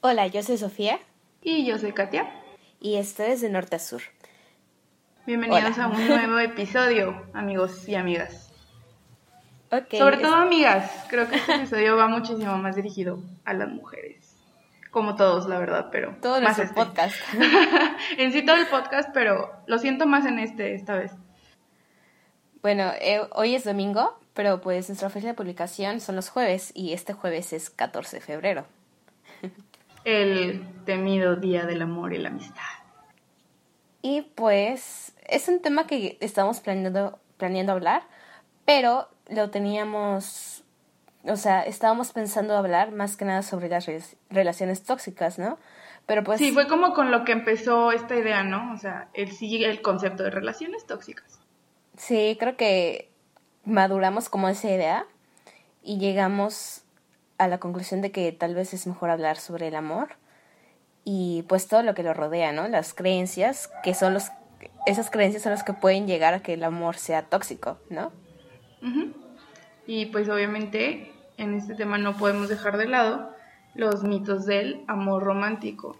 Hola, yo soy Sofía. Y yo soy Katia. Y esto es De Norte a Sur. Bienvenidos a un nuevo episodio, amigos y amigas. Sobre todo amigas, creo que este episodio va muchísimo más dirigido a las mujeres. Como todos, la verdad, pero todo más nuestro podcast. En sí todo el podcast, pero lo siento más en esta vez. Bueno, hoy es domingo, pero pues nuestra fecha de publicación son los jueves y este jueves es 14 de febrero. El temido Día del Amor y la Amistad. Y pues es un tema que estamos planeando hablar, pero lo teníamos, estábamos pensando hablar más que nada sobre las relaciones tóxicas, ¿no? Pero pues sí, fue como con lo que empezó esta idea, ¿no? O sea, el concepto de relaciones tóxicas. Sí, creo que maduramos como esa idea y llegamos a la conclusión de que tal vez es mejor hablar sobre el amor y pues todo lo que lo rodea, ¿no? Las creencias, esas creencias son las que pueden llegar a que el amor sea tóxico, ¿no? Uh-huh. Y pues obviamente en este tema no podemos dejar de lado los mitos del amor romántico.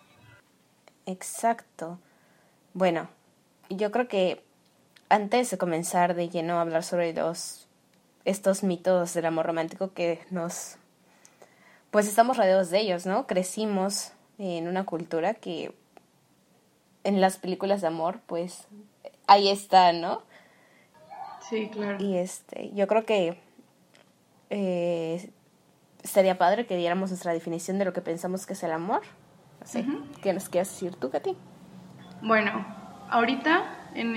Exacto. Bueno, yo creo que antes de comenzar de lleno a hablar sobre estos mitos del amor romántico pues estamos rodeados de ellos, ¿no? Crecimos en una cultura que en las películas de amor, pues ahí está, ¿no? Sí, claro. Y yo creo que estaría padre que diéramos nuestra definición de lo que pensamos que es el amor. No sé, ¿qué nos quieres decir tú, Katy? Bueno, ahorita en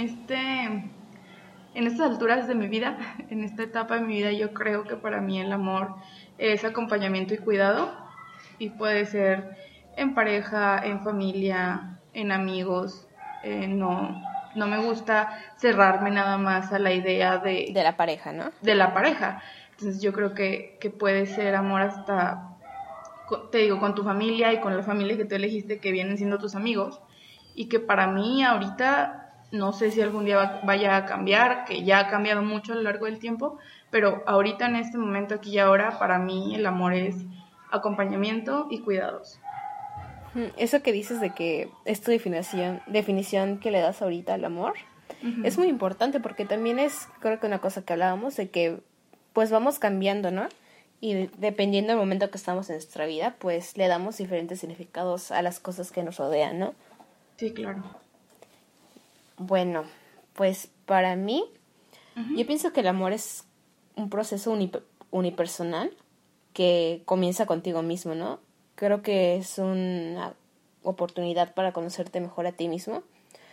estas alturas de mi vida, en esta etapa de mi vida, yo creo que para mí el amor es acompañamiento y cuidado, y puede ser en pareja, en familia, en amigos. No me gusta cerrarme nada más a la idea de la pareja, ¿no? De la pareja. Entonces yo creo que puede ser amor hasta, te digo, con tu familia y con la familia que tú elegiste, que vienen siendo tus amigos, y que para mí ahorita, no sé si algún día vaya a cambiar, que ya ha cambiado mucho a lo largo del tiempo, pero ahorita en este momento, aquí y ahora, para mí el amor es acompañamiento y cuidados. Eso que dices de que es tu definición que le das ahorita al amor, es muy importante porque también es, creo que una cosa que hablábamos, de que pues vamos cambiando, ¿no? Y dependiendo del momento que estamos en nuestra vida, pues le damos diferentes significados a las cosas que nos rodean, ¿no? Sí, claro. Bueno, pues para mí, yo pienso que el amor es un proceso unipersonal que comienza contigo mismo, ¿no? Creo que es una oportunidad para conocerte mejor a ti mismo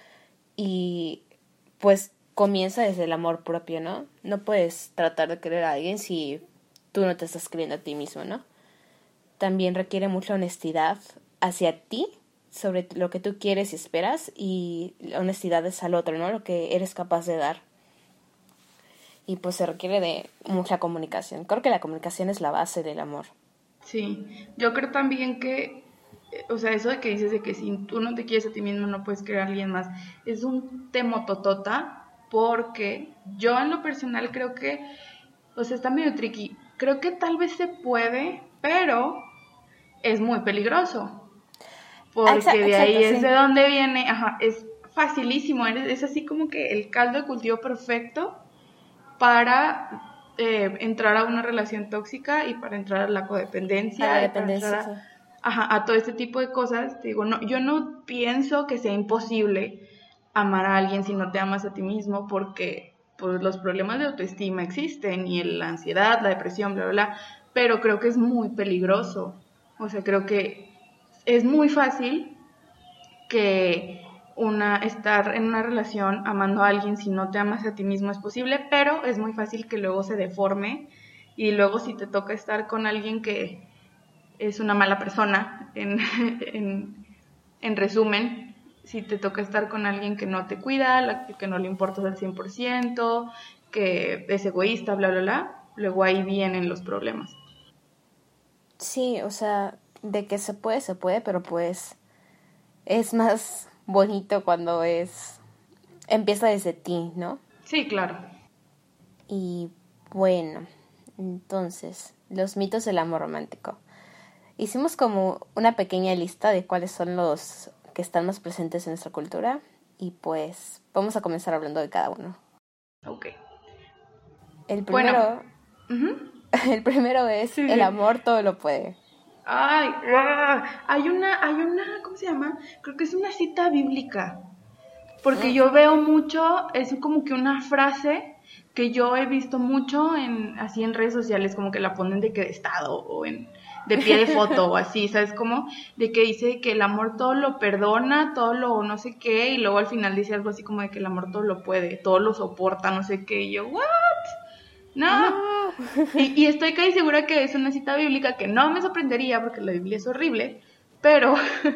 y pues comienza desde el amor propio, ¿no? No puedes tratar de querer a alguien si tú no te estás queriendo a ti mismo, ¿no? También requiere mucha honestidad hacia ti sobre lo que tú quieres y esperas, y la honestidad es al otro, ¿no? Lo que eres capaz de dar. Y pues se requiere de mucha comunicación. Creo que la comunicación es la base del amor. Sí, yo creo también que, o sea, eso de que dices de que si tú no te quieres a ti mismo no puedes querer a alguien más, es un temototota, porque yo en lo personal creo que, o sea, está medio tricky. Creo que tal vez se puede, pero es muy peligroso. Porque de ahí es de donde viene, es facilísimo, es así como que el caldo de cultivo perfecto para entrar a una relación tóxica y para entrar a la codependencia, a la dependencia, para entrar a todo este tipo de cosas. Te digo, no, yo no pienso que sea imposible amar a alguien si no te amas a ti mismo, porque pues los problemas de autoestima existen, y la ansiedad, la depresión, bla, bla, bla, pero creo que es muy peligroso. O sea, creo que es muy fácil que estar en una relación amando a alguien si no te amas a ti mismo es posible, pero es muy fácil que luego se deforme, y luego si te toca estar con alguien que es una mala persona, en resumen, si te toca estar con alguien que no te cuida, que no le importas al 100%, que es egoísta, bla, bla, bla, luego ahí vienen los problemas. Sí, o sea, de que se puede, pero pues es más bonito cuando empieza desde ti, ¿no? Sí, claro. Y bueno, entonces, los mitos del amor romántico. hicimos como una pequeña lista de cuáles son los que están más presentes en nuestra cultura y pues vamos a comenzar hablando de cada uno. Ok. El primero, el primero es el amor todo lo puede. Ay, hay una, ¿cómo se llama? Creo que es una cita bíblica. Porque yo veo mucho, es como que una frase que yo he visto mucho así en redes sociales, como que la ponen de que de estado o de pie de foto o así, ¿sabes cómo? De que dice que el amor todo lo perdona, todo lo no sé qué, y luego al final dice algo así como de que el amor todo lo puede, todo lo soporta, no sé qué, y yo, ¿what? No. Y estoy casi segura que es una cita bíblica que no me sorprendería porque la Biblia es horrible, pero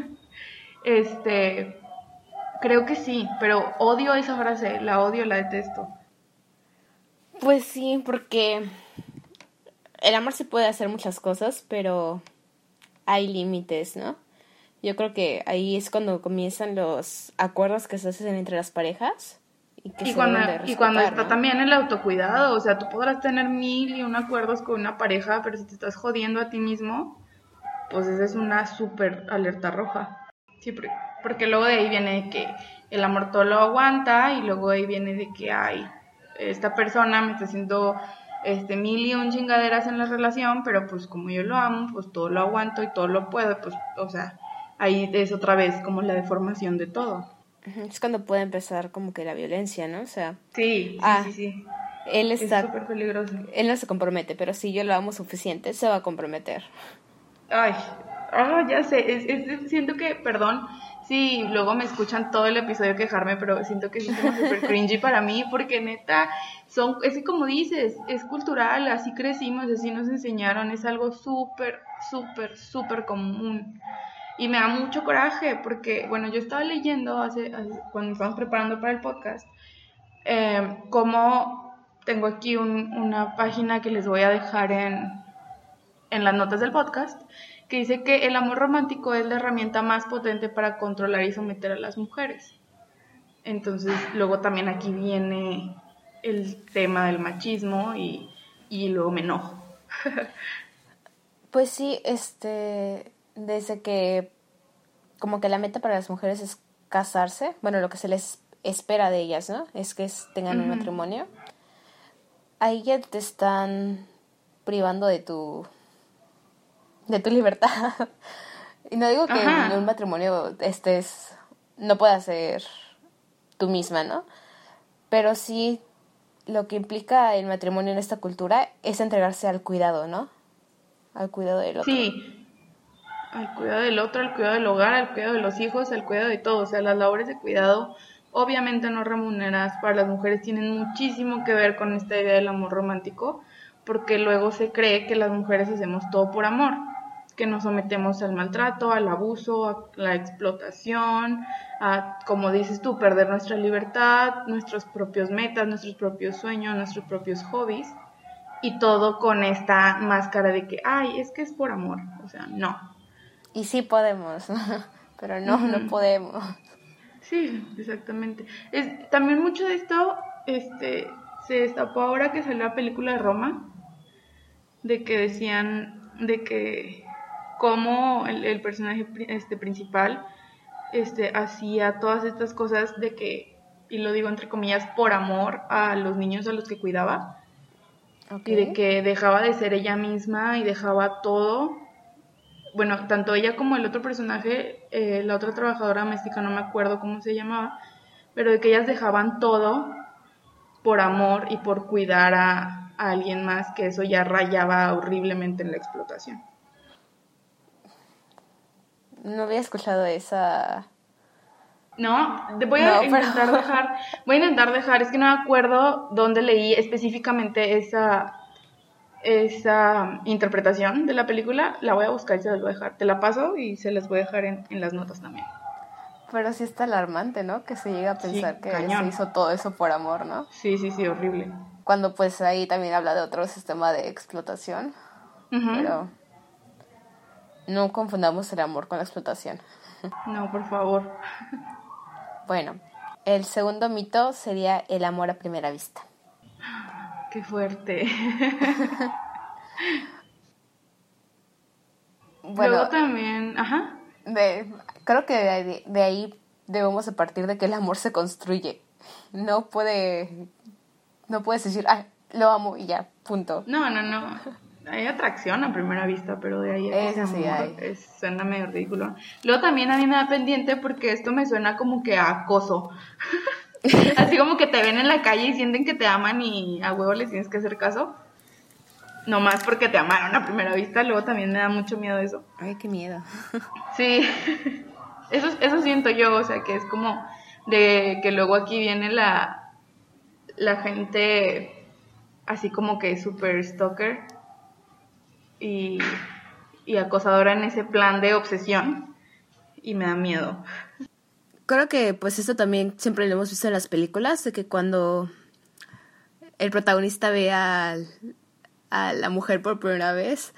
creo que sí, pero odio esa frase, la odio, la detesto. Pues sí, porque el amor se puede hacer muchas cosas, pero hay límites, ¿no? Yo creo que ahí es cuando comienzan los acuerdos que se hacen entre las parejas y cuando está, ¿no? también el autocuidado, o sea, tú podrás tener 1001 acuerdos con una pareja, pero si te estás jodiendo a ti mismo, pues esa es una súper alerta roja. Sí, porque luego de ahí viene que el amor todo lo aguanta y luego de ahí viene de que, ay, esta persona me está haciendo 1001 chingaderas en la relación, pero pues como yo lo amo, pues todo lo aguanto y todo lo puedo, pues, o sea, ahí es otra vez como la deformación de todo. Es cuando puede empezar como que la violencia, ¿no? O sea, sí. Él está, es súper peligroso. Él no se compromete, pero si yo lo amo suficiente, se va a comprometer. Ay, ya sé, siento que, perdón, sí, luego me escuchan todo el episodio quejarme, pero siento que es como súper cringy para mí, porque neta, es que como dices, es cultural, así crecimos, así nos enseñaron, es algo súper, súper, súper común. Y me da mucho coraje, porque, bueno, yo estaba leyendo cuando estábamos preparando para el podcast, como tengo aquí una página que les voy a dejar en las notas del podcast, que dice que el amor romántico es la herramienta más potente para controlar y someter a las mujeres. Entonces, luego también aquí viene el tema del machismo y luego me enojo. Pues sí, desde que como que la meta para las mujeres es casarse, bueno, lo que se les espera de ellas, ¿no? Es que tengan un matrimonio. Ahí ya te están privando de tu libertad. Y no digo que en un matrimonio no puedas ser tú misma, ¿no? Pero sí lo que implica el matrimonio en esta cultura es entregarse al cuidado, ¿no? Al cuidado del otro. Sí, al cuidado del otro, al cuidado del hogar, al cuidado de los hijos, al cuidado de todo. O sea, las labores de cuidado, obviamente no remuneradas para las mujeres, tienen muchísimo que ver con esta idea del amor romántico, porque luego se cree que las mujeres hacemos todo por amor, que nos sometemos al maltrato, al abuso, a la explotación, a, como dices tú, perder nuestra libertad, nuestros propios metas, nuestros propios sueños, nuestros propios hobbies, y todo con esta máscara de que, ay, es que es por amor. O sea, no. Y sí podemos, pero no podemos. Sí, exactamente. También mucho de esto se destapó ahora que salió la película de Roma, de que decían de que cómo el personaje principal hacía todas estas cosas de que, y lo digo entre comillas, por amor a los niños a los que cuidaba. Okay. Y de que dejaba de ser ella misma y dejaba todo. Bueno, tanto ella como el otro personaje, la otra trabajadora doméstica, no me acuerdo cómo se llamaba, pero de que ellas dejaban todo por amor y por cuidar a alguien más, que eso ya rayaba horriblemente en la explotación. No había escuchado esa... No, voy a intentar dejar, es que no me acuerdo dónde leí específicamente esa interpretación de la película. La voy a buscar y se las voy a dejar. Te la paso y se las voy a dejar en las notas también. Pero sí está alarmante, ¿no? Que se llega a pensar que se hizo todo eso por amor, ¿no? Sí, horrible. Cuando pues ahí también habla de otro sistema de explotación. Pero no confundamos el amor con la explotación. No, por favor. Bueno, el segundo mito sería el amor a primera vista. ¡Qué fuerte! Bueno, luego también, ajá. Creo que de ahí debemos a partir de que el amor se construye. No puedes decir, lo amo y ya, punto. No. Hay atracción a primera vista, pero de ahí a que sea Sí amor, hay. suena medio ridículo. Luego también a mí me da pendiente porque esto me suena como que a acoso. Así como que te ven en la calle y sienten que te aman y a huevo les tienes que hacer caso. Nomás porque te amaron a primera vista, luego también me da mucho miedo eso. Ay, qué miedo. Sí, eso siento yo, o sea, que es como de que luego aquí viene la gente así como que súper stalker y acosadora en ese plan de obsesión y me da miedo. Creo que pues esto también siempre lo hemos visto en las películas, de que cuando el protagonista ve a la mujer por primera vez,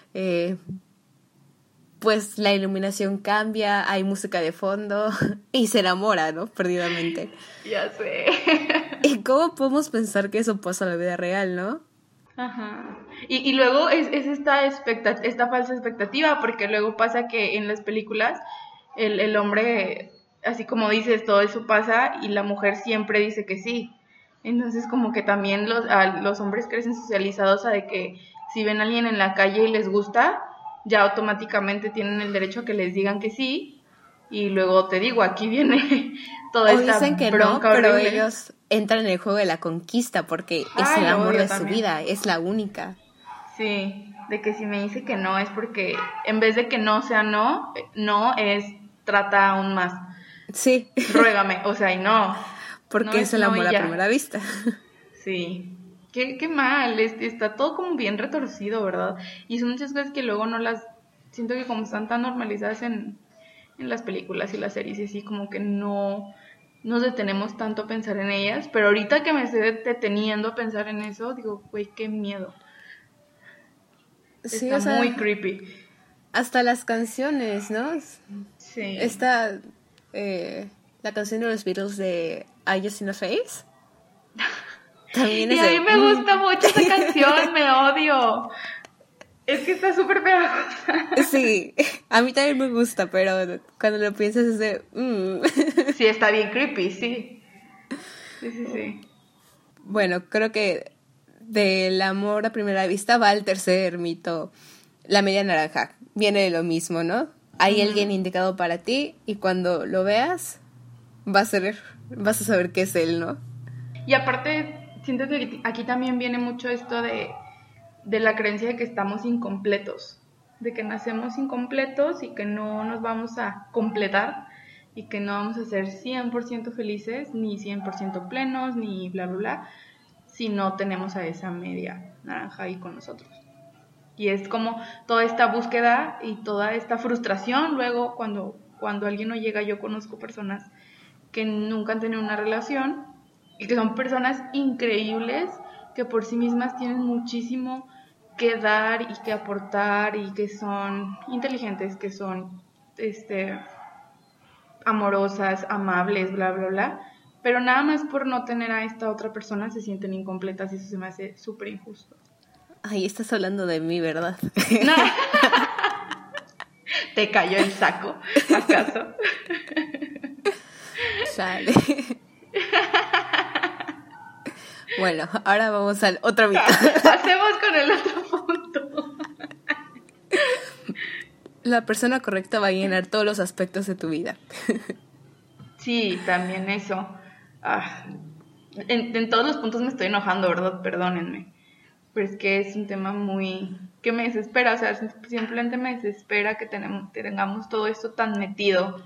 pues la iluminación cambia, hay música de fondo y se enamora, ¿no? Perdidamente. Ya sé. ¿Y cómo podemos pensar que eso pasa en la vida real, no? Ajá. Y luego es esta falsa expectativa, porque luego pasa que en las películas el hombre, así como dices, todo eso pasa y la mujer siempre dice que sí. Entonces como que también los hombres crecen socializados a de que si ven a alguien en la calle y les gusta, ya automáticamente tienen el derecho a que les digan que sí. Y luego te digo, aquí viene toda esta dicen que bronca no, pero horrible. ellos entran en el juego de la conquista porque es el amor de su vida, es la única. Sí, de que si me dice que no es porque en vez de que no sea no, no es trata aún más. Sí. Ruégame, o sea, y no. Porque no es el amor no a primera vista. Sí. Qué mal, está todo como bien retorcido, ¿verdad? Y son muchas cosas que luego no las... Siento que como están tan normalizadas en las películas y las series y así, como que no nos detenemos tanto a pensar en ellas. Pero ahorita que me estoy deteniendo a pensar en eso, digo, güey, qué miedo. Sí, Está muy creepy. Hasta las canciones, ¿no? Sí. Esta, la canción de los Beatles de I Just Seen a Face. También y a mí me gusta mucho esa canción, me odio. Es que está súper pegajosa. Sí, a mí también me gusta, pero cuando lo piensas es de... Sí, está bien creepy, sí. Sí. Bueno, creo que del amor a primera vista va el tercer mito, la media naranja. Viene de lo mismo, ¿no? Hay alguien indicado para ti y cuando lo veas vas a saber qué es él, ¿no? Y aparte, siento que aquí también viene mucho esto de la creencia de que estamos incompletos, de que nacemos incompletos y que no nos vamos a completar y que no vamos a ser 100% felices, ni 100% plenos, ni bla, bla, bla, si no tenemos a esa media naranja ahí con nosotros. Y es como toda esta búsqueda y toda esta frustración luego cuando alguien no llega. Yo conozco personas que nunca han tenido una relación y que son personas increíbles, que por sí mismas tienen muchísimo que dar y que aportar y que son inteligentes, que son amorosas, amables, bla, bla, bla, pero nada más por no tener a esta otra persona se sienten incompletas y eso se me hace súper injusto. Ay, estás hablando de mí, ¿verdad? No. ¿Te cayó el saco, acaso? Sale. Bueno, ahora vamos al otro mito. Hacemos con el otro punto. La persona correcta va a llenar todos los aspectos de tu vida. Sí, también eso. En todos los puntos me estoy enojando, ¿verdad? Perdónenme. Pero es que es un tema muy... que me desespera, o sea, simplemente me desespera que tengamos todo esto tan metido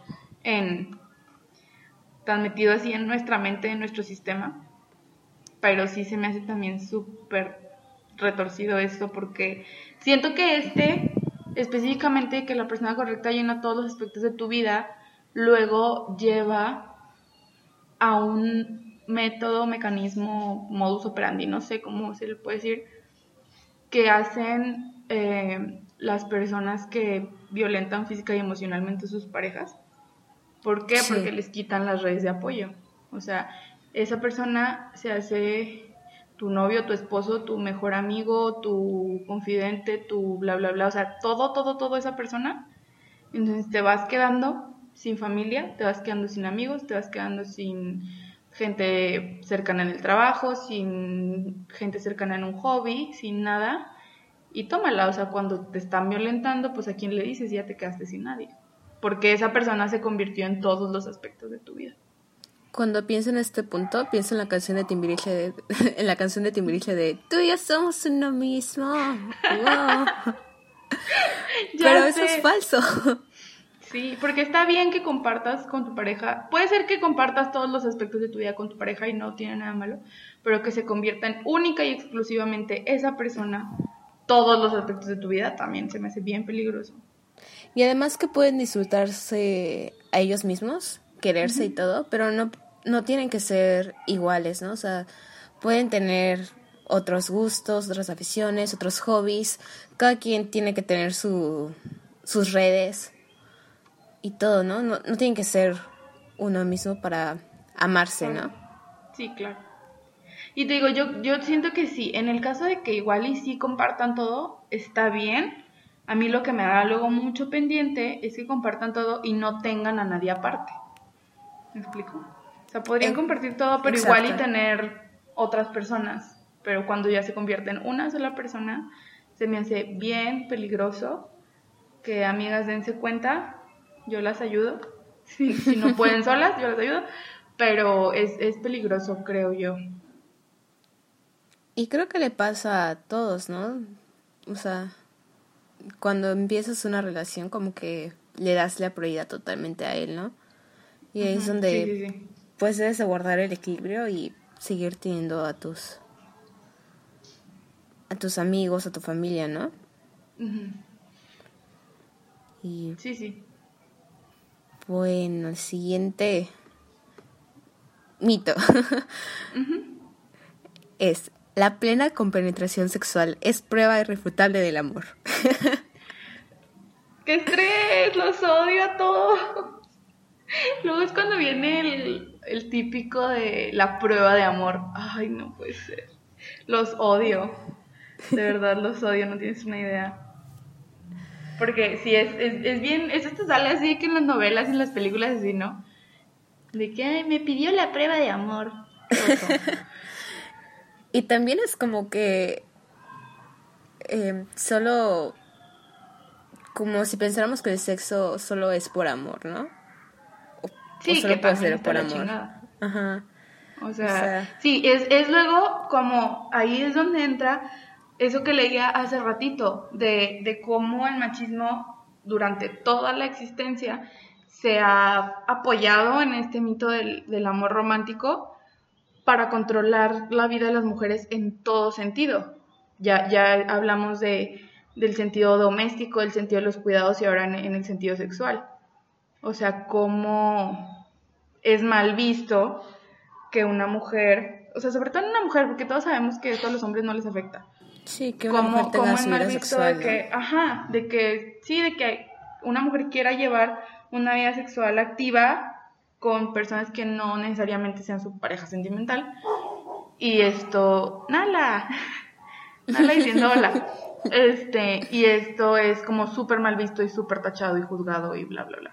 así en nuestra mente, en nuestro sistema. Pero sí se me hace también súper retorcido esto porque siento que específicamente que la persona correcta llena todos los aspectos de tu vida, luego lleva a un método, mecanismo, modus operandi, no sé cómo se le puede decir, que hacen las personas que violentan física y emocionalmente a sus parejas. ¿Por qué? Sí. Porque les quitan las redes de apoyo. O sea, esa persona se hace tu novio, tu esposo, tu mejor amigo, tu confidente, tu bla, bla, bla, o sea, todo esa persona. Entonces te vas quedando sin familia, te vas quedando sin amigos, te vas quedando sin gente cercana en el trabajo, sin gente cercana en un hobby, sin nada. Y tómala, o sea, cuando te están violentando, pues a quién le dices, ya te quedaste sin nadie. Porque esa persona se convirtió en todos los aspectos de tu vida. Cuando pienso en este punto, pienso en la canción de Timbiriche en la canción de Timbiriche de Tú y yo somos uno mismo. Wow. Pero eso es falso. Sí, porque está bien que compartas con tu pareja. Puede ser que compartas todos los aspectos de tu vida con tu pareja y no tiene nada malo, pero que se convierta en única y exclusivamente esa persona todos los aspectos de tu vida también se me hace bien peligroso. Y además que pueden disfrutarse a ellos mismos, quererse y todo, pero no tienen que ser iguales, ¿no? O sea, pueden tener otros gustos, otras aficiones, otros hobbies. Cada quien tiene que tener sus redes y todo, ¿no? No tienen que ser uno mismo para amarse, ¿no? Sí, claro. Y te digo, yo siento que sí, en el caso de que igual y sí compartan todo, está bien. A mí lo que me da luego mucho pendiente es que compartan todo y no tengan a nadie aparte. ¿Me explico? O sea, podrían compartir todo, pero exacto. igual y tener otras personas. Pero cuando ya se convierte en una sola persona, se me hace bien peligroso. Que amigas dense cuenta, yo las ayudo. Si no pueden solas, yo las ayudo. Pero es peligroso, creo yo. Y creo que le pasa a todos, ¿no? O sea, cuando empiezas una relación como que le das la prioridad totalmente a él, ¿no? Y ahí es donde Sí. pues debes de guardar el equilibrio y seguir teniendo a tus amigos, a tu familia, ¿no? Uh-huh. Y Sí. bueno, el siguiente mito es: la plena compenetración sexual es prueba irrefutable del amor. ¡Qué estrés! ¡Los odio a todos! Luego es cuando viene el típico de la prueba de amor. Ay, no puede ser. Los odio. De verdad los odio, no tienes una idea. Porque sí, es bien, eso te sale así que en las novelas y en las películas así, ¿no? De que, ay, me pidió la prueba de amor. Y también es como que solo, como si pensáramos que el sexo solo es por amor, ¿no? Sí, o solo que puede también ser está por la amor. chingada. Ajá. O sea, sí, es luego como, ahí es donde entra eso que leía hace ratito, de cómo el machismo durante toda la existencia se ha apoyado en este mito del amor romántico para controlar la vida de las mujeres en todo sentido. Ya hablamos del sentido doméstico, del sentido de los cuidados y ahora en el sentido sexual. O sea, cómo es mal visto que una mujer, o sea, sobre todo en una mujer, porque todos sabemos que esto a los hombres no les afecta. Sí, que una mujer tenga su vida sexual, de que, ¿no? de que una mujer quiera llevar una vida sexual activa con personas que no necesariamente sean su pareja sentimental. Y esto, Nala diciendo hola. Y esto es como súper mal visto y súper tachado y juzgado y bla, bla, bla.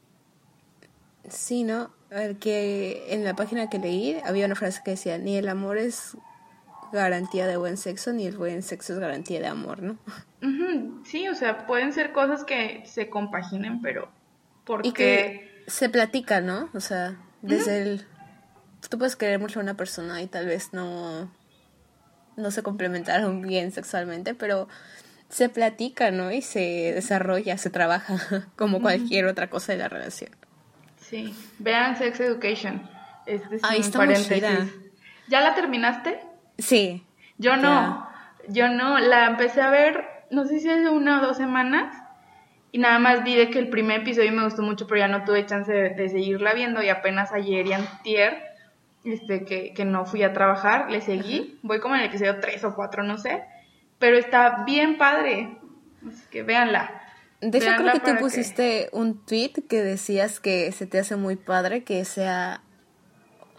Sí, ¿no? A ver, que en la página que leí había una frase que decía: ni el amor es garantía de buen sexo, ni el buen sexo es garantía de amor, ¿no? Sí, o sea, pueden ser cosas que se compaginen, pero porque... Y que se platica, ¿no? O sea, desde tú puedes querer mucho a una persona y tal vez no se complementaron bien sexualmente, pero se platica, ¿no? Y se desarrolla, se trabaja como cualquier otra cosa de la relación. Sí, vean Sex Education. Este es un paréntesis. ¿Ya la terminaste? Sí. Yo no, la empecé a ver, no sé si hace 1 o 2 semanas, y nada más vi de que el primer episodio me gustó mucho, pero ya no tuve chance de seguirla viendo, y apenas ayer y antier, que no fui a trabajar, le seguí, voy como en el episodio 3 o 4, no sé, pero está bien padre, así que véanla. De hecho, creo que tú pusiste un tweet que decías que se te hace muy padre que sea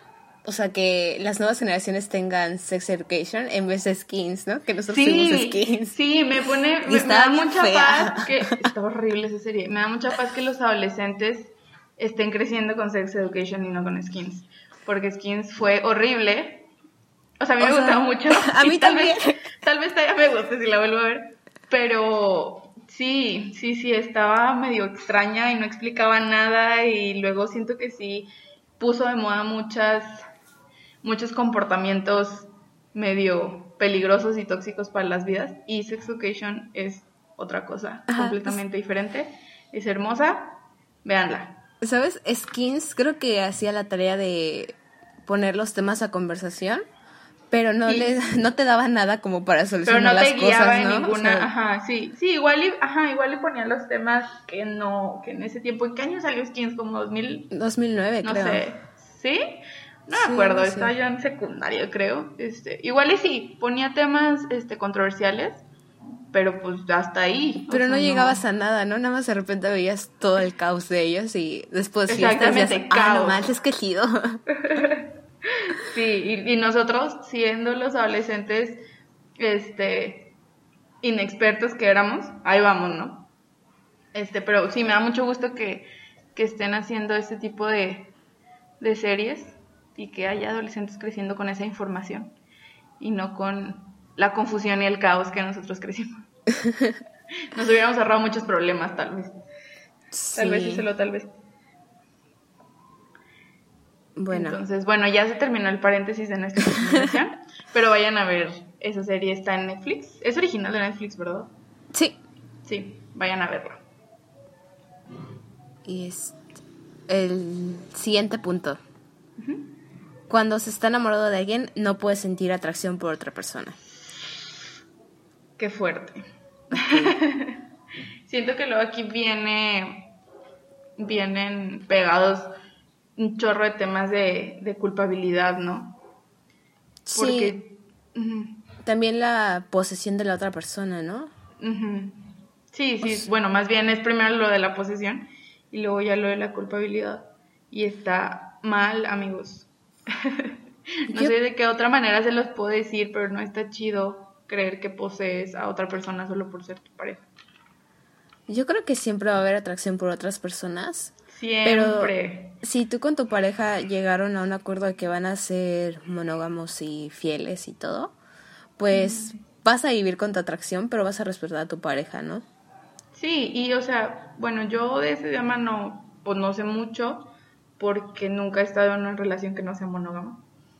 o sea, que las nuevas generaciones tengan Sex Education en vez de Skins, ¿no? Que nosotros tuvimos Skins. Sí, me da mucha paz que... Está horrible esa serie. Me da mucha paz que los adolescentes estén creciendo con Sex Education y no con Skins. Porque Skins fue horrible. O sea, a mí me gustaba mucho. A mí también. Tal vez todavía me guste si la vuelvo a ver. Pero sí, estaba medio extraña y no explicaba nada. Y luego siento que sí puso de moda muchos comportamientos medio peligrosos y tóxicos para las vidas. Y Sex Education es otra cosa completamente diferente. Es hermosa. Véanla. ¿Sabes? Skins creo que hacía la tarea de poner los temas a conversación, pero no te daba nada como para solucionar las cosas, ¿no? Pero no te guiaba en ninguna, igual le ponían los temas que en ese tiempo. ¿En qué año salió Skins? Como 2009, creo. No sé. ¿Sí? No me acuerdo, estaba yo en secundaria, creo. Igual y sí, ponía temas controversiales, pero pues hasta ahí. Pero no llegabas a nada, ¿no? Nada más de repente veías todo el caos de ellos y después exactamente, caos. No mal, te has quejido. Sí, y nosotros, siendo los adolescentes inexpertos que éramos, ahí vamos, ¿no? Pero sí, me da mucho gusto que estén haciendo este tipo de series y que haya adolescentes creciendo con esa información y no con la confusión y el caos que nosotros crecimos. Nos hubiéramos ahorrado muchos problemas, tal vez. Sí. Tal vez. Bueno. Entonces, ya se terminó el paréntesis de nuestra conversación, pero vayan a ver, esa serie está en Netflix. Es original de Netflix, ¿verdad? Sí. Sí, vayan a verla. Y es el siguiente punto. Cuando se está enamorado de alguien, no puede sentir atracción por otra persona. Qué fuerte. Okay. Siento que luego aquí vienen pegados un chorro de temas de culpabilidad, ¿no? Porque, sí. También la posesión de la otra persona, ¿no? Sí. Bueno, más bien es primero lo de la posesión y luego ya lo de la culpabilidad. Y está mal, amigos. No sé de qué otra manera se los puedo decir, pero no está chido creer que posees a otra persona solo por ser tu pareja. Yo creo que siempre va a haber atracción por otras personas. Siempre. Pero si tú con tu pareja llegaron a un acuerdo de que van a ser monógamos y fieles y todo, pues vas a vivir con tu atracción, pero vas a respetar a tu pareja, ¿no? Sí, y o sea, bueno, yo de ese tema no sé mucho porque nunca he estado en una relación que no sea monógama.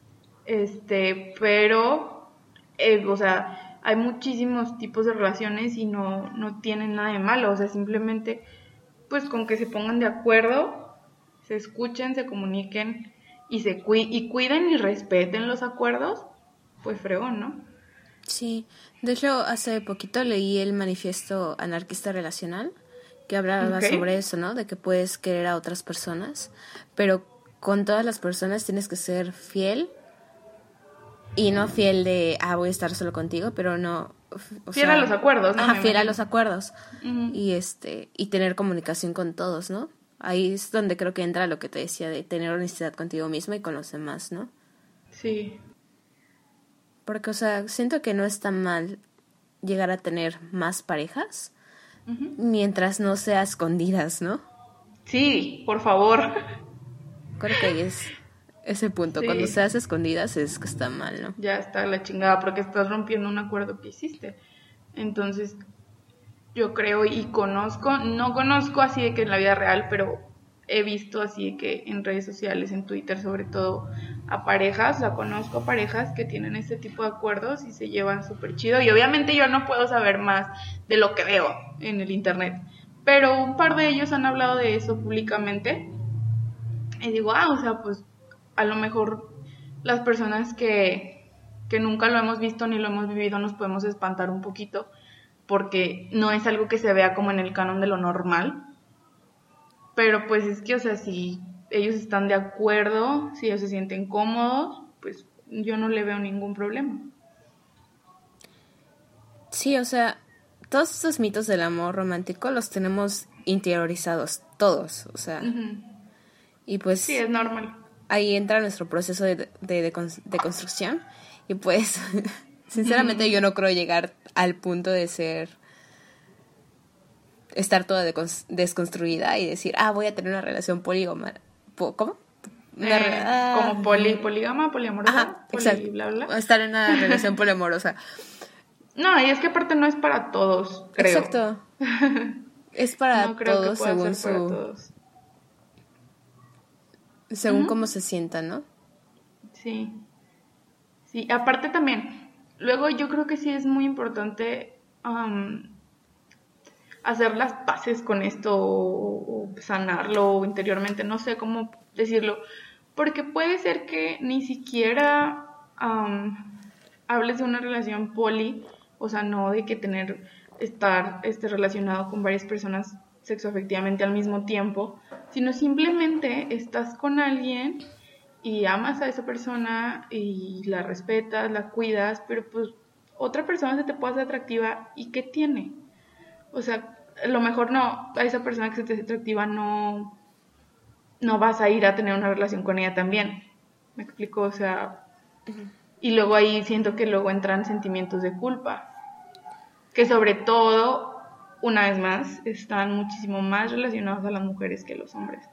Pero, o sea, hay muchísimos tipos de relaciones y no tienen nada de malo, o sea, simplemente pues con que se pongan de acuerdo, se escuchen, se comuniquen y cuiden y respeten los acuerdos, pues fregón, ¿no? Sí, de hecho hace poquito leí el manifiesto anarquista relacional que hablaba sobre eso, ¿no? De que puedes querer a otras personas, pero con todas las personas tienes que ser fiel y no fiel de, voy a estar solo contigo, pero no... Fiel a los acuerdos, ¿no? Fiel a los acuerdos. Y tener comunicación con todos, ¿no? Ahí es donde creo que entra lo que te decía de tener honestidad contigo mismo y con los demás, ¿no? Sí. Porque, o sea, siento que no está mal llegar a tener más parejas mientras no sea escondidas, ¿no? Sí, por favor. Creo que ahí es ese punto. Sí. Cuando seas escondidas es que está mal, ¿no? Ya está la chingada porque estás rompiendo un acuerdo que hiciste. Entonces, yo creo y no conozco así de que en la vida real, pero he visto así de que en redes sociales, en Twitter sobre todo, a parejas, conozco a parejas que tienen este tipo de acuerdos y se llevan súper chido. Y obviamente yo no puedo saber más de lo que veo en el internet, pero un par de ellos han hablado de eso públicamente. Y digo, o sea, pues a lo mejor las personas que nunca lo hemos visto ni lo hemos vivido nos podemos espantar un poquito, porque no es algo que se vea como en el canon de lo normal. Pero pues es que, o sea, si ellos están de acuerdo, si ellos se sienten cómodos, pues yo no le veo ningún problema. Sí, o sea, todos estos mitos del amor romántico los tenemos interiorizados todos, o sea. Y pues sí, es normal. ahí entra nuestro proceso de construcción. Y pues, sinceramente yo no creo llegar al punto de estar toda desconstruida y decir, voy a tener una relación polígama. ¿Cómo? Como polígama, poliamorosa, ajá, exacto. bla, bla. Estar en una relación poliamorosa. No, y es que aparte no es para todos, creo. Exacto. Es para no creo todos que pueda según ser para todos. Según cómo se sienta, ¿no? Sí. Sí, aparte también, luego yo creo que sí es muy importante hacer las paces con esto o sanarlo interiormente, no sé cómo decirlo, porque puede ser que ni siquiera hables de una relación poli, o sea, no de que estar relacionado con varias personas sexoafectivamente al mismo tiempo, sino simplemente estás con alguien y amas a esa persona y la respetas, la cuidas, pero pues otra persona se te puede hacer atractiva y ¿qué tiene? O sea, a lo mejor no, a esa persona que se te hace atractiva no vas a ir a tener una relación con ella también. ¿Me explico? O sea, y luego ahí siento que luego entran sentimientos de culpa, que sobre todo, una vez más, están muchísimo más relacionados a las mujeres que los hombres.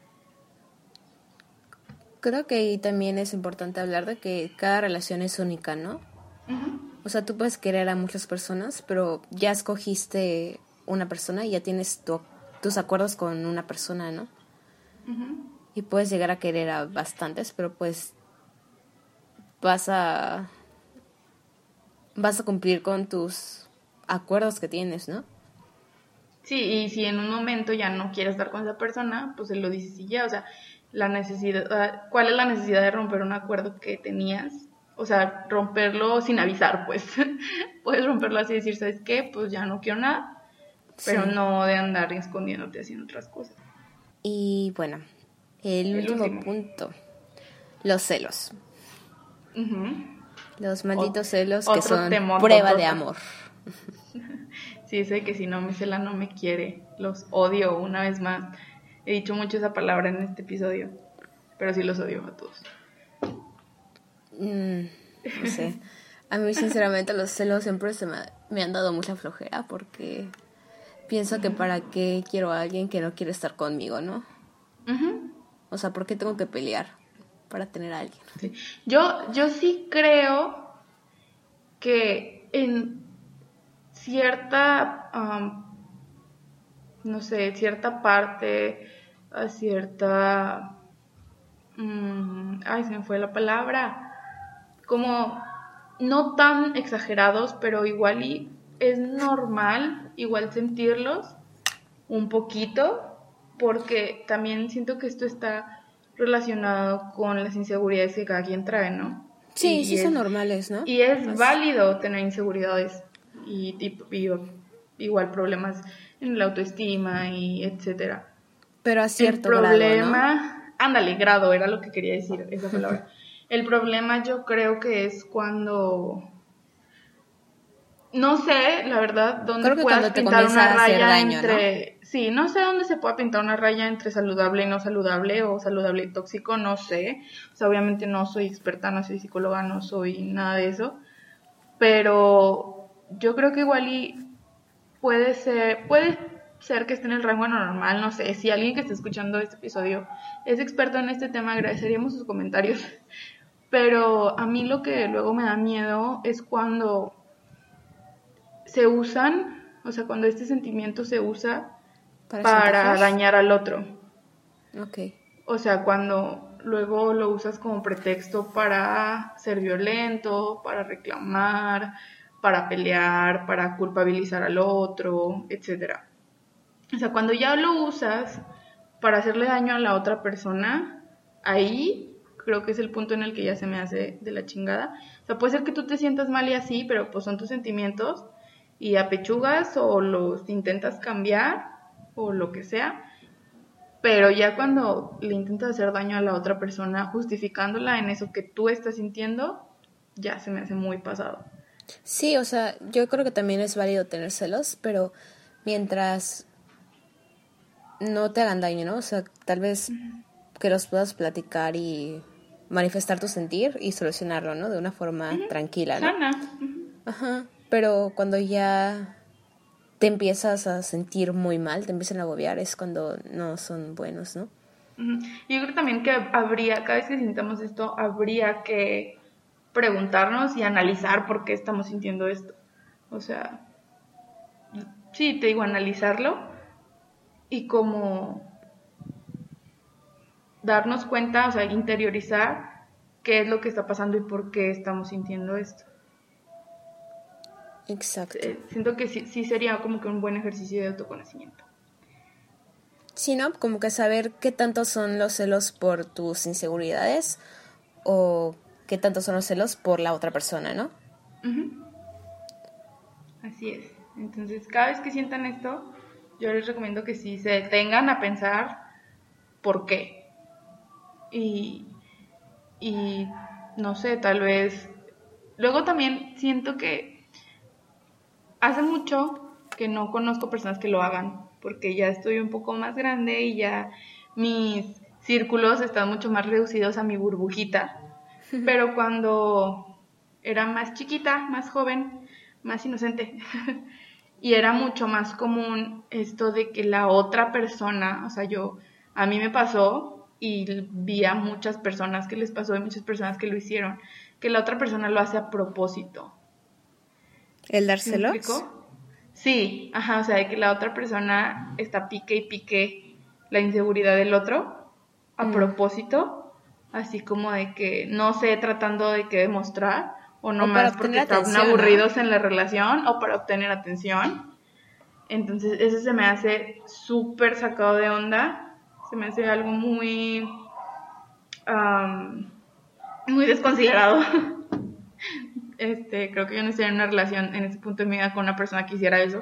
Creo que ahí también es importante hablar de que cada relación es única, ¿no? O sea, tú puedes querer a muchas personas, pero ya escogiste una persona y ya tienes tus acuerdos con una persona, ¿no? Y puedes llegar a querer a bastantes, pero pues vas a cumplir con tus acuerdos que tienes, ¿no? Sí, y si en un momento ya no quieres estar con esa persona, pues se lo dices y ya, o sea, ¿cuál es la necesidad de romper un acuerdo que tenías? O sea, romperlo sin avisar, pues. Puedes romperlo así y decir, ¿sabes qué? Pues ya no quiero nada, pero sí, no de andar escondiéndote haciendo otras cosas. Y bueno, el último punto, los celos. Los malditos celos que son prueba de amor. Sí, sé que si no me cela no me quiere. Los odio una vez más. He dicho mucho esa palabra en este episodio, pero sí los odio a todos. No sé. A mí sinceramente los celos siempre me han dado mucha flojera porque pienso que para qué quiero a alguien que no quiere estar conmigo, ¿no? O sea, ¿por qué tengo que pelear para tener a alguien? Sí. Yo sí creo que en cierta, no sé, cierta parte, a cierta, se me fue la palabra, como no tan exagerados, pero igual y es normal igual sentirlos un poquito, porque también siento que esto está relacionado con las inseguridades que cada quien trae, ¿no? Sí, sí son normales, ¿no? Y es válido tener inseguridades y igual problemas en la autoestima y etcétera. Pero a cierto grado, ¿no? Ándale, grado, era lo que quería decir, esa palabra. El problema yo creo que es cuando... No sé, la verdad, dónde puedas pintar una raya daño, entre... ¿no? Sí, no sé dónde se puede pintar una raya entre saludable y no saludable, o saludable y tóxico, no sé. O sea, obviamente no soy experta, no soy psicóloga, no soy nada de eso. Pero yo creo que igual y puede ser que esté en el rango normal, no sé. Si alguien que está escuchando este episodio es experto en este tema, agradeceríamos sus comentarios. Pero a mí lo que luego me da miedo es cuando se usan, o sea, cuando este sentimiento se usa para dañar al otro. Ok. O sea, cuando luego lo usas como pretexto para ser violento, para reclamar, para pelear, para culpabilizar al otro, etcétera. O sea, cuando ya lo usas para hacerle daño a la otra persona, ahí creo que es el punto en el que ya se me hace de la chingada. O sea, puede ser que tú te sientas mal y así, pero pues son tus sentimientos y apechugas o los intentas cambiar o lo que sea, pero ya cuando le intentas hacer daño a la otra persona justificándola en eso que tú estás sintiendo, ya se me hace muy pasado. Sí, o sea, yo creo que también es válido tener celos, pero mientras no te hagan daño, ¿no? O sea, tal vez que los puedas platicar y manifestar tu sentir y solucionarlo, ¿no? De una forma tranquila, ¿no? Sana. Ajá. Pero cuando ya te empiezas a sentir muy mal, te empiezan a agobiar, es cuando no son buenos, ¿no? Y yo creo también que habría, cada vez que sintamos esto, habría que preguntarnos y analizar por qué estamos sintiendo esto. O sea, sí, te digo, analizarlo y como darnos cuenta, o sea, interiorizar qué es lo que está pasando y por qué estamos sintiendo esto. Exacto. Siento que sí sería como que un buen ejercicio de autoconocimiento. Sí, ¿no? Como que saber qué tanto son los celos por tus inseguridades o qué tanto son los celos por la otra persona, ¿no? Así es. Entonces, cada vez que sientan esto, yo les recomiendo que sí se detengan a pensar por qué. Y no sé, tal vez... Luego también siento que hace mucho que no conozco personas que lo hagan, porque ya estoy un poco más grande y ya mis círculos están mucho más reducidos a mi burbujita. Pero cuando era más chiquita, más joven, más inocente, y era mucho más común esto de que la otra persona, o sea, a mí me pasó y vi a muchas personas que les pasó y muchas personas que lo hicieron, que la otra persona lo hace a propósito. ¿El dar ¿Sí me celos? explico? Sí, ajá, o sea, de que la otra persona está pique y pique la inseguridad del otro a propósito, así como de que no sé, tratando de que demostrar o no más porque estaban aburridos, ¿no?, en la relación o para obtener atención. Entonces eso se me hace súper sacado de onda, se me hace algo muy muy desconsiderado. Creo que yo no estoy en una relación en ese punto de mi vida con una persona que hiciera eso,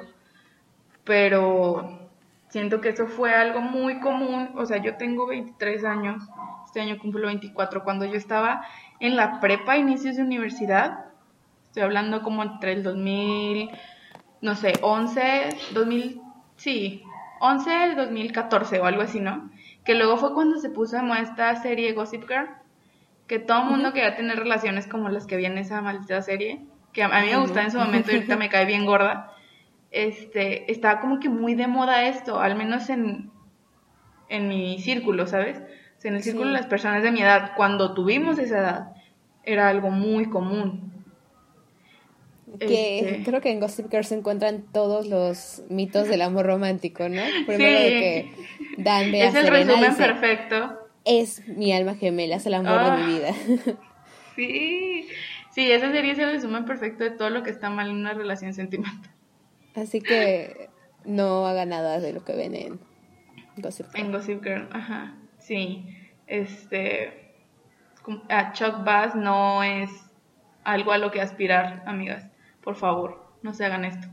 pero siento que eso fue algo muy común. O sea, yo tengo 23 años, este año cumplo 24. Cuando yo estaba en la prepa, inicios de universidad, estoy hablando como entre el 2000, no sé, 11, 2000, sí, 11, 2014 o algo así, ¿no? Que luego fue cuando se puso de moda esta serie Gossip Girl, que todo el mundo quería tener relaciones como las que había en esa maldita serie, que a mí me gustaba en su momento y ahorita me cae bien gorda. Estaba como que muy de moda esto, al menos en mi círculo, ¿sabes? O sea, en el círculo de las personas de mi edad, cuando tuvimos esa edad, era algo muy común. Que creo que en Gossip Girl se encuentran todos los mitos del amor romántico, ¿no? Primero de que Dan ve a Serena, es el resumen perfecto. Es mi alma gemela, es el amor de mi vida. Sí, esa serie es el resumen perfecto de todo lo que está mal en una relación sentimental. Así que no haga nada de lo que ven en Gossip Girl. En Gossip Girl, ajá, sí. A Chuck Bass no es algo a lo que aspirar, amigas. Por favor, no se hagan esto.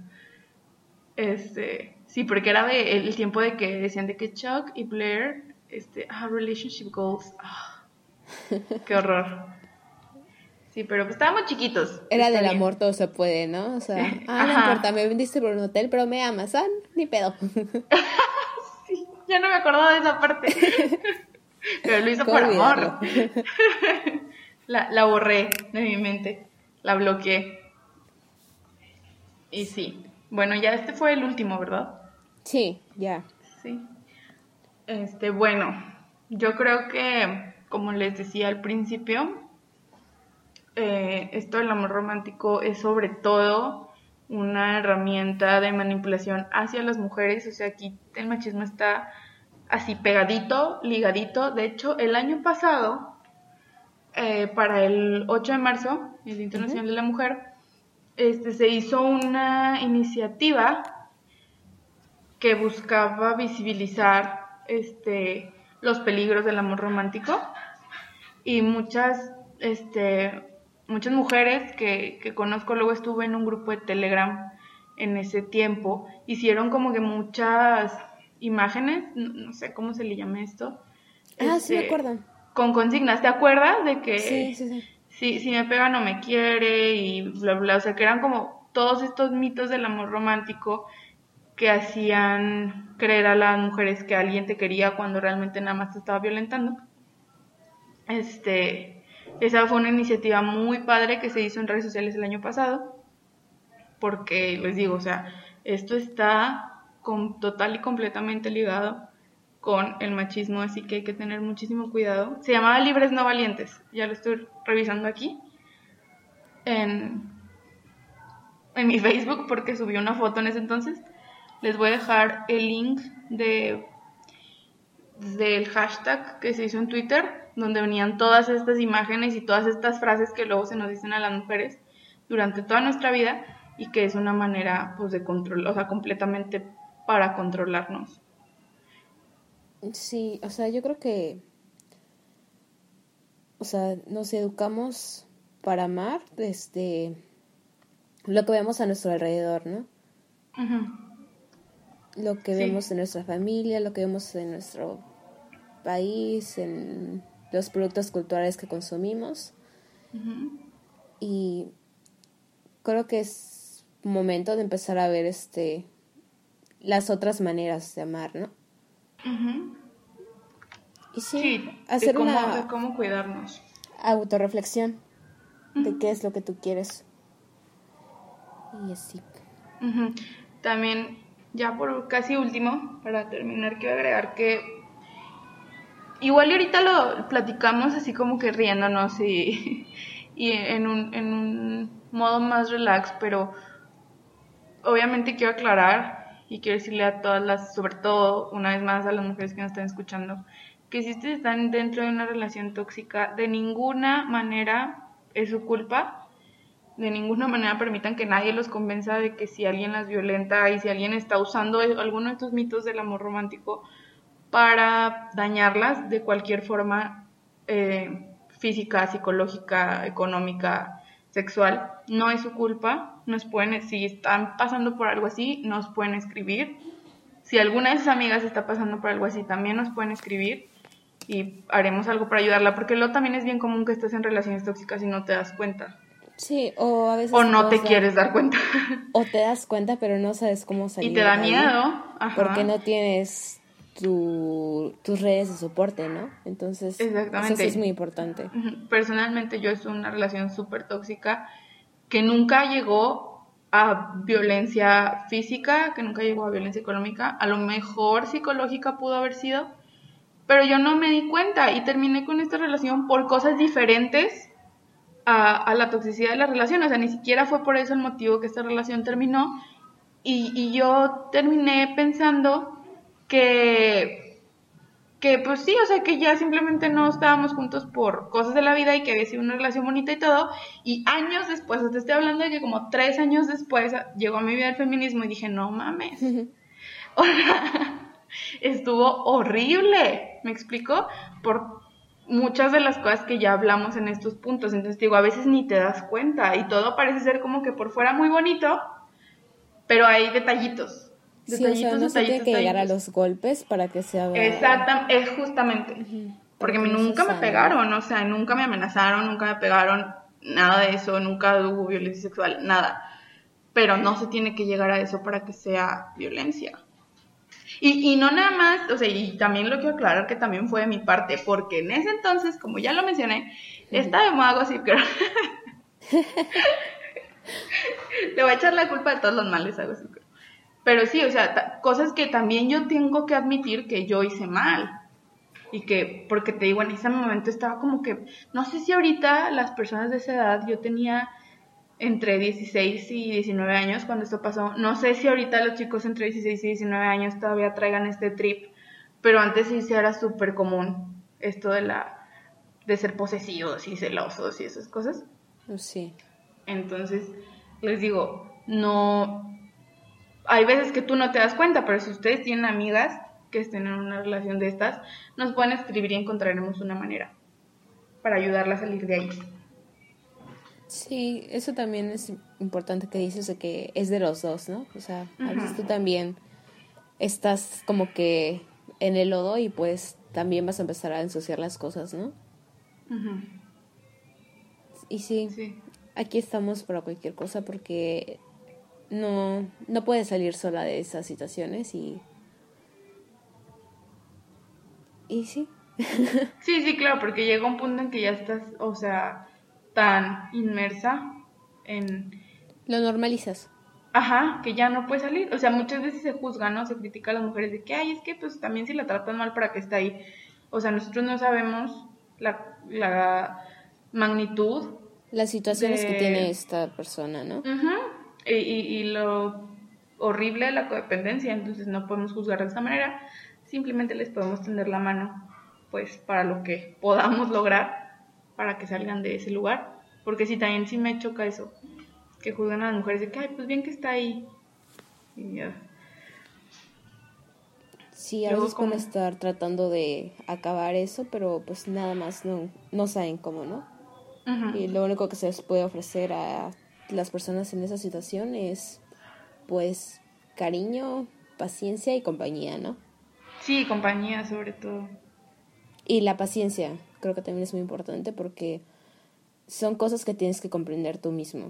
Sí, porque era el tiempo de que decían de que Chuck y Blair, relationship goals. Qué horror. Sí, pero pues estábamos chiquitos. Era del bien. Amor todo se puede, ¿no? O sea, no importa, me vendiste por un hotel, pero me amas, ni pedo. Sí, ya no me acordaba de esa parte. Pero lo hizo por amor. La borré de mi mente, la bloqueé. Y sí, bueno, ya este fue el último, ¿verdad? Sí, ya. Sí. Bueno, yo creo que, como les decía al principio, esto del amor romántico es sobre todo una herramienta de manipulación hacia las mujeres. O sea, aquí el machismo está así pegadito, ligadito. De hecho, el año pasado, para el 8 de marzo, el Día Internacional de la Mujer, se hizo una iniciativa que buscaba visibilizar los peligros del amor romántico, y muchas mujeres que conozco, luego estuve en un grupo de Telegram en ese tiempo, hicieron como que muchas imágenes, no sé cómo se le llama esto. Sí me acuerdo. Con consignas, ¿te acuerdas? De que sí. Si me pega no me quiere y bla bla, o sea, que eran como todos estos mitos del amor romántico que hacían creer a las mujeres que alguien te quería cuando realmente nada más te estaba violentando. Esa fue una iniciativa muy padre que se hizo en redes sociales el año pasado, porque les digo, o sea, esto está total y completamente ligado con el machismo, así que hay que tener muchísimo cuidado. Se llamaba Libres No Valientes, ya lo estoy revisando aquí en mi Facebook porque subí una foto en ese entonces. Les voy a dejar el link del hashtag que se hizo en Twitter, donde venían todas estas imágenes y todas estas frases que luego se nos dicen a las mujeres durante toda nuestra vida y que es una manera pues de control, o sea, completamente para controlarnos. Sí, o sea, yo creo que, o sea, nos educamos para amar desde lo que vemos a nuestro alrededor, ¿no? Uh-huh. Lo que Sí. vemos en nuestra familia, lo que vemos en nuestro país, en los productos culturales que consumimos. Uh-huh. Y creo que es momento de empezar a ver las otras maneras de amar, ¿no? Uh-huh. Y sí, Sí, hacer de una cómo cuidarnos. autorreflexión de qué es lo que tú quieres. Y así. Uh-huh. También, ya por casi último, para terminar, quiero agregar que igual y ahorita lo platicamos así como que riéndonos y, y en un modo más relax, pero obviamente quiero aclarar y quiero decirle a todas las, sobre todo una vez más a las mujeres que nos están escuchando, que si ustedes están dentro de una relación tóxica, de ninguna manera es su culpa, de ninguna manera permitan que nadie los convenza de que si alguien las violenta y si alguien está usando alguno de estos mitos del amor romántico para dañarlas de cualquier forma física, psicológica, económica, sexual. No es su culpa. Si están pasando por algo así, nos pueden escribir. Si alguna de sus amigas está pasando por algo así, también nos pueden escribir y haremos algo para ayudarla, porque luego también es bien común que estés en relaciones tóxicas y no te das cuenta. Sí, o a veces O no te quieres dar cuenta. O te das cuenta, pero no sabes cómo salir Y te da de ahí, miedo. Ajá. porque no tienes tus redes de soporte, ¿no? Entonces, exactamente. Eso sí es muy importante. Personalmente yo es una relación súper tóxica que nunca llegó a violencia física, que nunca llegó a violencia económica, a lo mejor psicológica pudo haber sido, pero yo no me di cuenta y terminé con esta relación por cosas diferentes a la toxicidad de la relación, o sea, ni siquiera fue por eso el motivo que esta relación terminó y yo terminé pensando que pues sí, o sea, que ya simplemente no estábamos juntos por cosas de la vida y que había sido una relación bonita y todo, y años después, o sea, te estoy hablando de que como 3 años después llegó a mi vida el feminismo y dije, no mames, o sea, estuvo horrible, ¿me explico? Por muchas de las cosas que ya hablamos en estos puntos, entonces digo, a veces ni te das cuenta y todo parece ser como que por fuera muy bonito, pero hay detallitos. Sí, o sea, no se tiene que llegar a los golpes para que sea... Exactamente, es justamente. Porque nunca me pegaron, o sea, nunca me amenazaron, nunca me pegaron, nada de eso, nunca hubo violencia sexual, nada. Pero no se tiene que llegar a eso para que sea violencia. Y no nada más, o sea, y también lo quiero aclarar que también fue de mi parte, porque en ese entonces, como ya lo mencioné, estaba de moda Gossip Girl. Le voy a echar la culpa de todos los males a Gossip Girl. Pero sí, o sea, cosas que también yo tengo que admitir que yo hice mal. Y que, porque te digo, en ese momento estaba como que, no sé si ahorita las personas de esa edad, yo tenía entre 16 y 19 años cuando esto pasó, no sé si ahorita los chicos entre 16 y 19 años todavía traigan este trip, pero antes sí era súper común esto de ser posesivos y celosos y esas cosas. Sí. Entonces, les digo, no... Hay veces que tú no te das cuenta, pero si ustedes tienen amigas que estén en una relación de estas, nos pueden escribir y encontraremos una manera para ayudarla a salir de ahí. Sí, eso también es importante que dices de que es de los dos, ¿no? O sea, a veces tú también estás como que en el lodo y pues también vas a empezar a ensuciar las cosas, ¿no? Y sí, aquí estamos para cualquier cosa porque no puedes salir sola de esas situaciones y sí. Sí, sí, claro, porque llega un punto en que ya estás, o sea, tan inmersa en... Lo normalizas. Ajá, que ya no puede salir. O sea, muchas veces se juzga, ¿no? Se critica a las mujeres de que, ay, es que pues también si la tratan mal, ¿para qué está ahí? O sea, nosotros no sabemos la magnitud Las situaciones que tiene de... esta persona, ¿no? Ujú, y lo horrible de la codependencia, entonces no podemos juzgar de esta manera, simplemente les podemos tender la mano, pues, para lo que podamos lograr, para que salgan de ese lugar, porque sí, también sí me choca eso, que juzgan a las mujeres de que, ay, pues bien que está ahí, y ya. Sí, a Luego veces pueden como, estar tratando de acabar eso, pero pues nada más no saben cómo, ¿no? Y ujú, lo único que se les puede ofrecer a las personas en esa situación es, pues, cariño, paciencia y compañía, ¿no? sí, compañía sobre todo. Y la paciencia, creo que también es muy importante porque son cosas que tienes que comprender tú mismo.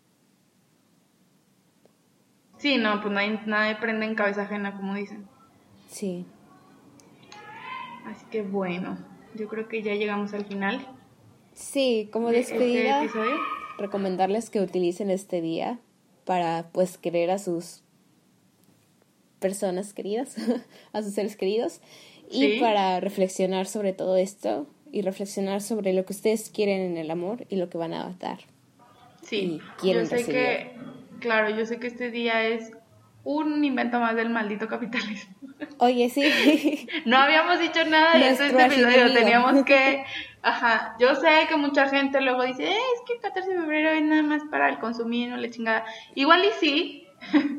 Sí, no, pues nadie prende en cabeza ajena, como dicen. Sí. Así que bueno, yo creo que ya llegamos al final Sí, como de este despedida, episodio. recomendarles que utilicen este día para, pues, querer a sus personas queridas, a sus seres queridos, y Sí, para reflexionar sobre todo esto y reflexionar sobre lo que ustedes quieren en el amor y lo que van a dar sí, y yo quieren sé recibir. que, claro, yo sé que este día es un invento más del maldito capitalismo. Oye, sí, No habíamos dicho nada y eso es nuestro este episodio, archienemigo. teníamos que, ajá, yo sé que mucha gente luego dice, es que el 14 de febrero es nada más para el consumismo, la chingada. Igual y sí,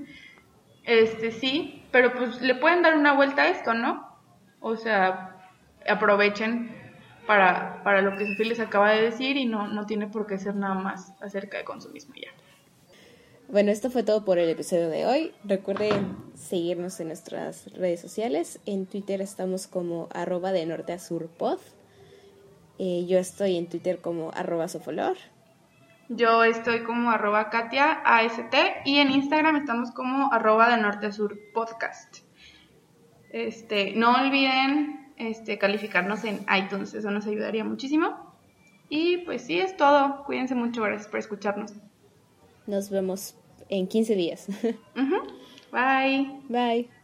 sí, pero pues le pueden dar una vuelta a esto, ¿no? O sea, aprovechen para lo que Sofía les acaba de decir y no tiene por qué ser nada más acerca de consumismo ya. Bueno, esto fue todo por el episodio de hoy. Recuerden seguirnos en nuestras redes sociales. En Twitter estamos como @de norte a sur pod. Yo estoy en Twitter como @sofolor. Yo estoy como @KatiaAST y en Instagram estamos como @de norte a sur podcast. No olviden calificarnos en iTunes, eso nos ayudaría muchísimo. Y pues sí, es todo. Cuídense mucho, gracias por escucharnos. Nos vemos en 15 días. Bye. Bye.